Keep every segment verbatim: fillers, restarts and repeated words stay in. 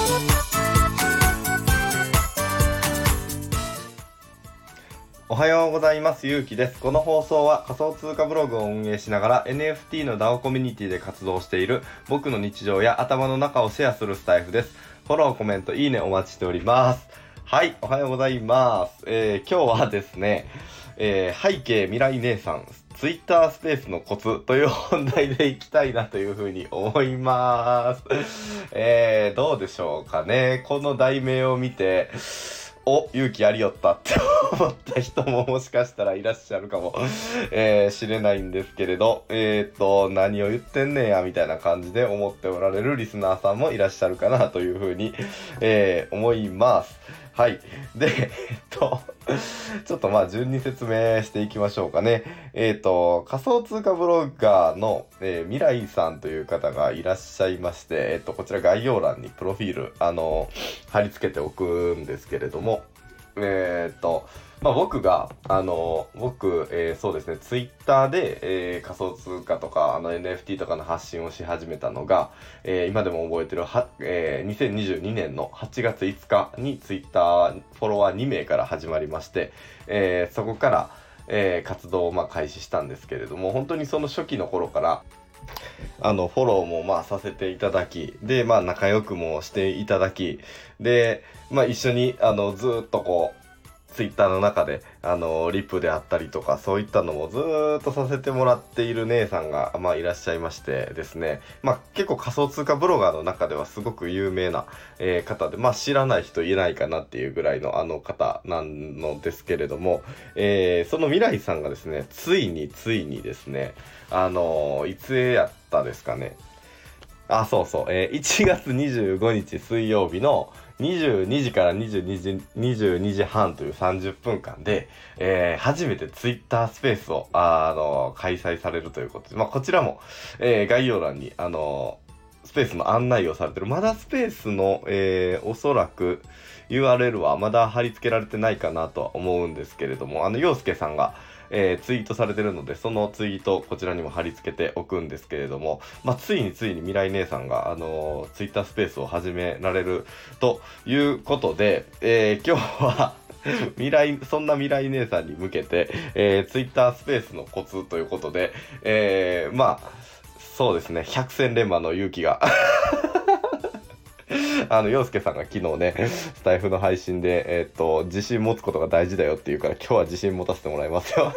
おはようございます。ゆうきです。この放送は仮想通貨ブログを運営しながら エヌエフティー の ダオ コミュニティで活動している僕の日常や頭の中をシェアするスタイフです。フォロー、コメント、いいねお待ちしております。はい、おはようございます。えー、今日はですね、えー、背景未来姉さん、ツイッタースペースのコツという本題でいきたいなというふうに思います。えー、どうでしょうかね。この題名を見て、お、勇気ありよったって思った人ももしかしたらいらっしゃるかも、えー、しれないんですけれど、えーと、何を言ってんねんやみたいな感じで思っておられるリスナーさんもいらっしゃるかなというふうに、えー、思います。はい。で、えっと、ちょっとまあ順に説明していきましょうかね。えっと、仮想通貨ブロガーの、えー、未来さんという方がいらっしゃいまして、えっと、こちら概要欄にプロフィール、あの、貼り付けておくんですけれども、えっと、まあ僕が、あの、僕、えー、そうですね、ツイッターで、えー、仮想通貨とか、あの エヌエフティー とかの発信をし始めたのが、えー、今でも覚えてるは、えー、にせんにじゅうにねんのはちがついつかにツイッターフォロワーにめいから始まりまして、えー、そこから、えー、活動をまあ開始したんですけれども、本当にその初期の頃から、あの、フォローもまあさせていただき、で、まあ仲良くもしていただき、で、まあ一緒に、あの、ずーっとこう、ツイッターの中で、あの、リップであったりとか、そういったのもずーっとさせてもらっている姉さんが、まあいらっしゃいましてですね、まあ結構仮想通貨ブロガーの中ではすごく有名な、えー方で、まあ知らない人いないかなっていうぐらいのあの方なのですけれども、えーその未来さんがですね、ついについにですね、あのーいつやったですかね。あ、そうそう。えーいちがつにじゅうごにち水曜日のにじゅうにじからにじゅうにじ、にじゅうにじはんというさんじゅっぷんかんで、えー初めてツイッタースペースを、あ、あのー開催されるということで、まあ、こちらも、えー概要欄に、あのースペースの案内をされてる。まだスペースの、えーおそらく ユーアールエル はまだ貼り付けられてないかなとは思うんですけれども、あの、洋介さんが、えーツイートされてるので、そのツイートこちらにも貼り付けておくんですけれども、まあ、ついについに未来姉さんが、あのー、ツイッタースペースを始められるということで、えー今日は未来、そんな未来姉さんに向けて、えー、ツイッタースペースのコツということで、えー、まあ、そうですね、百戦錬磨の勇気があの、洋介さんが昨日ね、スタイフの配信で、えーっと、自信持つことが大事だよって言うから、今日は自信持たせてもらいますよ。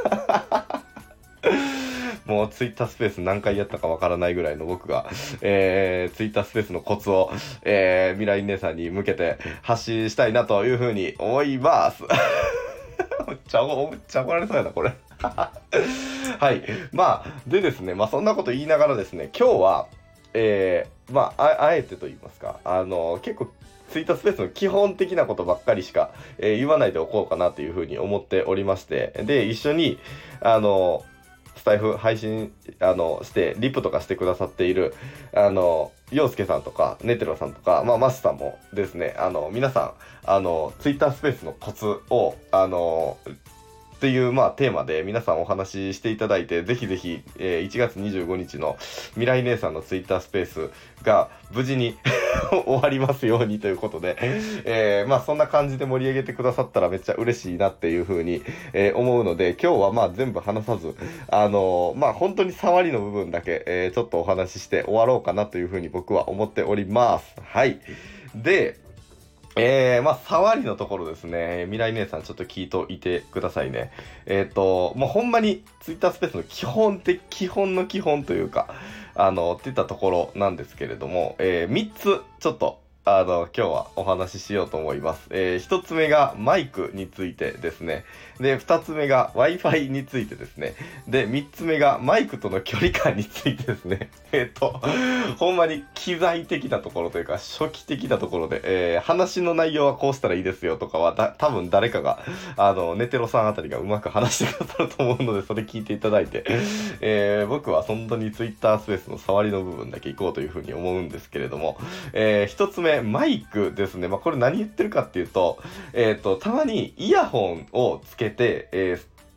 もうツイッタースペース何回やったかわからないぐらいの僕が、えー、ツイッタースペースのコツを、えー、未来姉さんに向けて発信したいなというふうに思います。めっちゃ、めっちゃ怒られそうやな、これ。はい。まあ、でですね、まあそんなこと言いながらですね、今日は、えー、まあ、あ、あえてと言いますか、あの、結構、ツイッタースペースの基本的なことばっかりしか、えー言わないでおこうかなというふうに思っておりまして、で、一緒に、あの、スタイフ配信、あの、して、リップとかしてくださっている、あの、洋介さんとか、ネテロさんとか、まあ、マスさんもですね、あの、皆さん、あの、ツイッタースペースのコツを、あの、っていう、まあ、テーマで皆さんお話ししていただいて、ぜひぜひ、えーいちがつにじゅうごにちの未来姉さんのツイッタースペースが無事に終わりますようにということで、えーまあ、そんな感じで盛り上げてくださったらめっちゃ嬉しいなっていうふうに、えー思うので、今日はまあ全部話さず、あのーまあ、本当に触りの部分だけ、えーちょっとお話しして終わろうかなというふうに僕は思っております。はい。で、えー、まあ、触りのところですね。未来姉さんちょっと聞いといてくださいね。えっと、もうほんまにツイッタースペースの基本的、基本の基本というか、あの、っていったところなんですけれども、えー、みっつちょっと、あの、今日はお話ししようと思います。えー、ひとつめがマイクについてですね。で、ふたつめが Wi-Fi についてですね。で、みっつめがマイクとの距離感についてですね。えっと、ほんまに機材的なところというか、初期的なところで、えー話の内容はこうしたらいいですよとかは、だ多分誰かが、あの、ネテロさんあたりがうまく話してくださると思うので、それ聞いていただいて、えー僕は本当に Twitter スペースの触りの部分だけ行こうというふうに思うんですけれども、えー一つ目、マイクですね。まあ、これ何言ってるかっていうと、えっと、たまにイヤホンをつけて、えー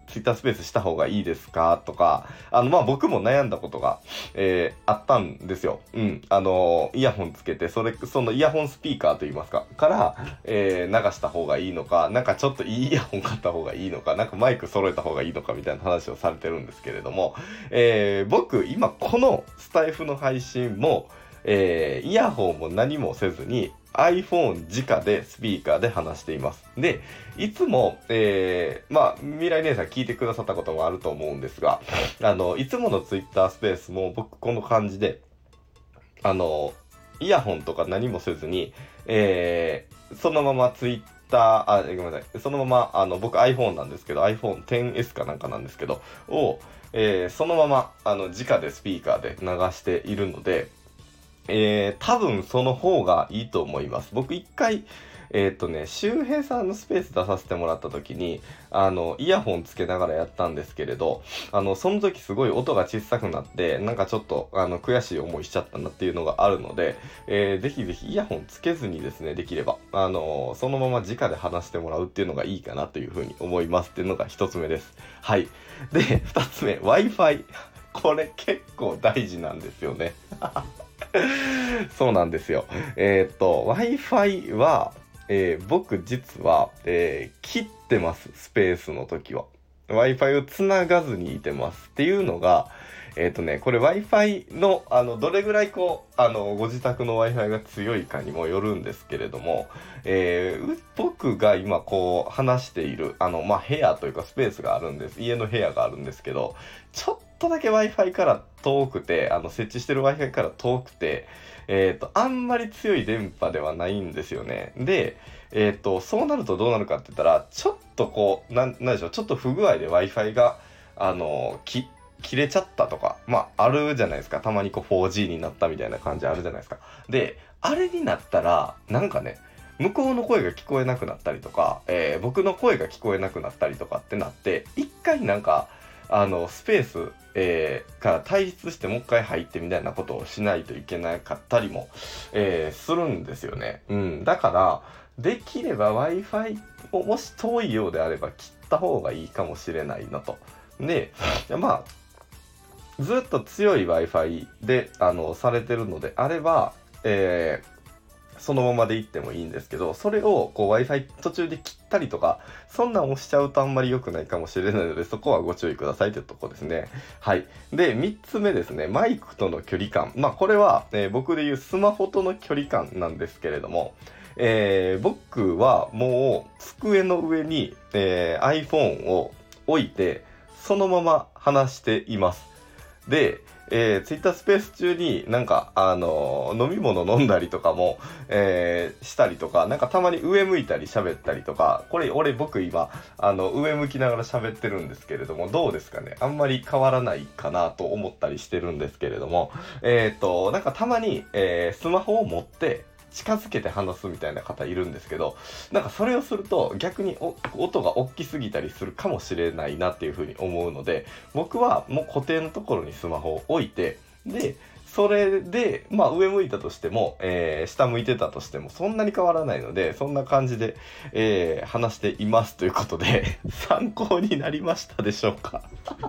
ツイッタースペースした方がいいですかとか、あのまあ僕も悩んだことが、えー、あったんですよ。うん。あのイヤホンつけて、それ、そのイヤホンスピーカーといいますか、から、えー、流した方がいいのか、なんかちょっといいイヤホン買った方がいいのか、なんかマイク揃えた方がいいのかみたいな話をされてるんですけれども、えー、僕今このスタイフの配信も、えー、イヤホンも何もせずに iPhone 直でスピーカーで話しています。で、いつも、えー、まあ未来姉さん聞いてくださったこともあると思うんですが、あのいつもの Twitter スペースも僕この感じで、あのイヤホンとか何もせずに、えー、そのまま Twitter、あ、ごめんなさい、そのままあの僕 iPhone なんですけど アイフォンテンエス かなんかなんですけどを、えー、そのままあの直でスピーカーで流しているので、えー、多分その方がいいと思います。僕一回、えっとね、周平さんのスペース出させてもらった時に、あの、イヤホンつけながらやったんですけれど、あの、その時すごい音が小さくなって、なんかちょっと、あの、悔しい思いしちゃったなっていうのがあるので、えー、ぜひぜひイヤホンつけずにですね、できれば、あの、そのまま直で話してもらうっていうのがいいかなというふうに思いますっていうのが一つ目です。はい。で、二つ目、Wi-Fi。これ結構大事なんですよね。そうなんですよ。えー、っと、Wi-Fi は、えー、僕実は、えー、切ってます、スペースの時は。Wi-Fi をつながずにいてます。っていうのが、えー、っとね、これ Wi-Fi の、あの、どれぐらいこう、あの、ご自宅の Wi-Fi が強いかにもよるんですけれども、えー、僕が今こう、話している、あの、まあ、部屋というかスペースがあるんです。家の部屋があるんですけど、ちょっとだけ Wi-Fi から遠くて、あの、設置してる Wi-Fi から遠くて、えっと、あんまり強い電波ではないんですよね。で、えっと、そうなるとどうなるかって言ったら、ちょっとこう、なん、なんでしょう、ちょっと不具合で Wi-Fi が、あの、き、切れちゃったとか、まあ、あるじゃないですか。たまにこう フォージー になったみたいな感じあるじゃないですか。で、あれになったら、なんかね、向こうの声が聞こえなくなったりとか、えー僕の声が聞こえなくなったりとかってなって、一回なんか、あの、スペース、えーから退出してもう一回入ってみたいなことをしないといけなかったりも、えーするんですよね。うん。だから、できれば Wi-Fi をもし遠いようであれば切った方がいいかもしれないなと。で、まあ、ずっと強い Wi-Fi で、あの、されてるのであれば、えーそのままで行ってもいいんですけど、それをこう Wi-Fi 途中で切ったりとか、そんなん押しちゃうとあんまり良くないかもしれないので、そこはご注意くださいというところですね。はい。で、みっつめですね、マイクとの距離感。まあ、これは、えー僕で言うスマホとの距離感なんですけれども、えー僕はもう机の上に、えー iPhone を置いて、そのまま話しています。で、えー、ツイッタースペース中になんか、あのー飲み物飲んだりとかも、えーしたりとか、なんかたまに上向いたり喋ったりとか、これ俺僕今、あの、上向きながら喋ってるんですけれども、どうですかね、あんまり変わらないかなと思ったりしてるんですけれども、えっと、なんかたまに、えースマホを持って、近づけて話すみたいな方いるんですけど、なんかそれをすると逆にお音が大きすぎたりするかもしれないなっていうふうに思うので、僕はもう固定のところにスマホを置いて、で、それで、まあ上向いたとしても、えー下向いてたとしてもそんなに変わらないので、そんな感じで、えー話していますということで、参考になりましたでしょうか？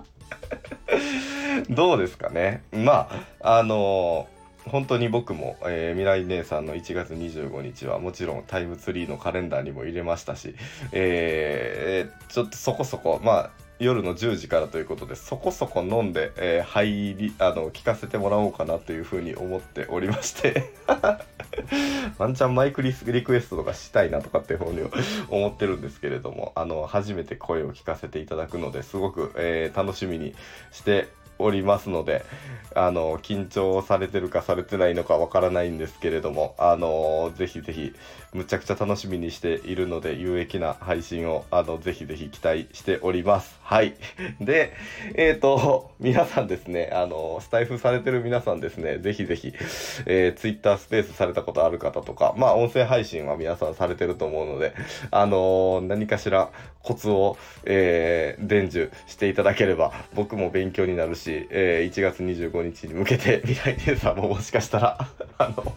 どうですかね。まあ、あのー本当に僕も、えー未来姉さんのいちがつにじゅうごにちはもちろんタイムツリーのカレンダーにも入れましたし、えーちょっとそこそこ、まあ、夜のじゅうじからということで、そこそこ飲んで、えー入り、あの、聞かせてもらおうかなというふうに思っておりまして、ワンチャンマイクリスリクエストとかしたいなとかっていうふうに思ってるんですけれども、あの、初めて声を聞かせていただくのですごく、えー楽しみにしておりますので、あの、緊張されてるかされてないのかわからないんですけれども、あの、ぜひぜひ、むちゃくちゃ楽しみにしているので、有益な配信を、あの、ぜひぜひ期待しております。はい。で、えっと、皆さんですね、あの、スタイフされてる皆さんですね、ぜひぜひ、えー、Twitter スペースされたことある方とか、まあ、音声配信は皆さんされてると思うので、あの、何かしらコツを、えー伝授していただければ、僕も勉強になるし、えーいちがつにじゅうごにちに向けて、未来姉さんももしかしたら、あの、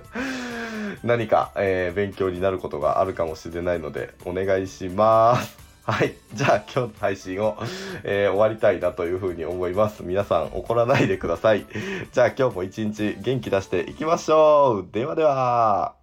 何か、えー勉強になることがあるかもしれないので、お願いします。 はい。じゃあ今日の配信を、えー終わりたいなというふうに思います。皆さん怒らないでください。じゃあ今日も一日元気出していきましょう。ではでは。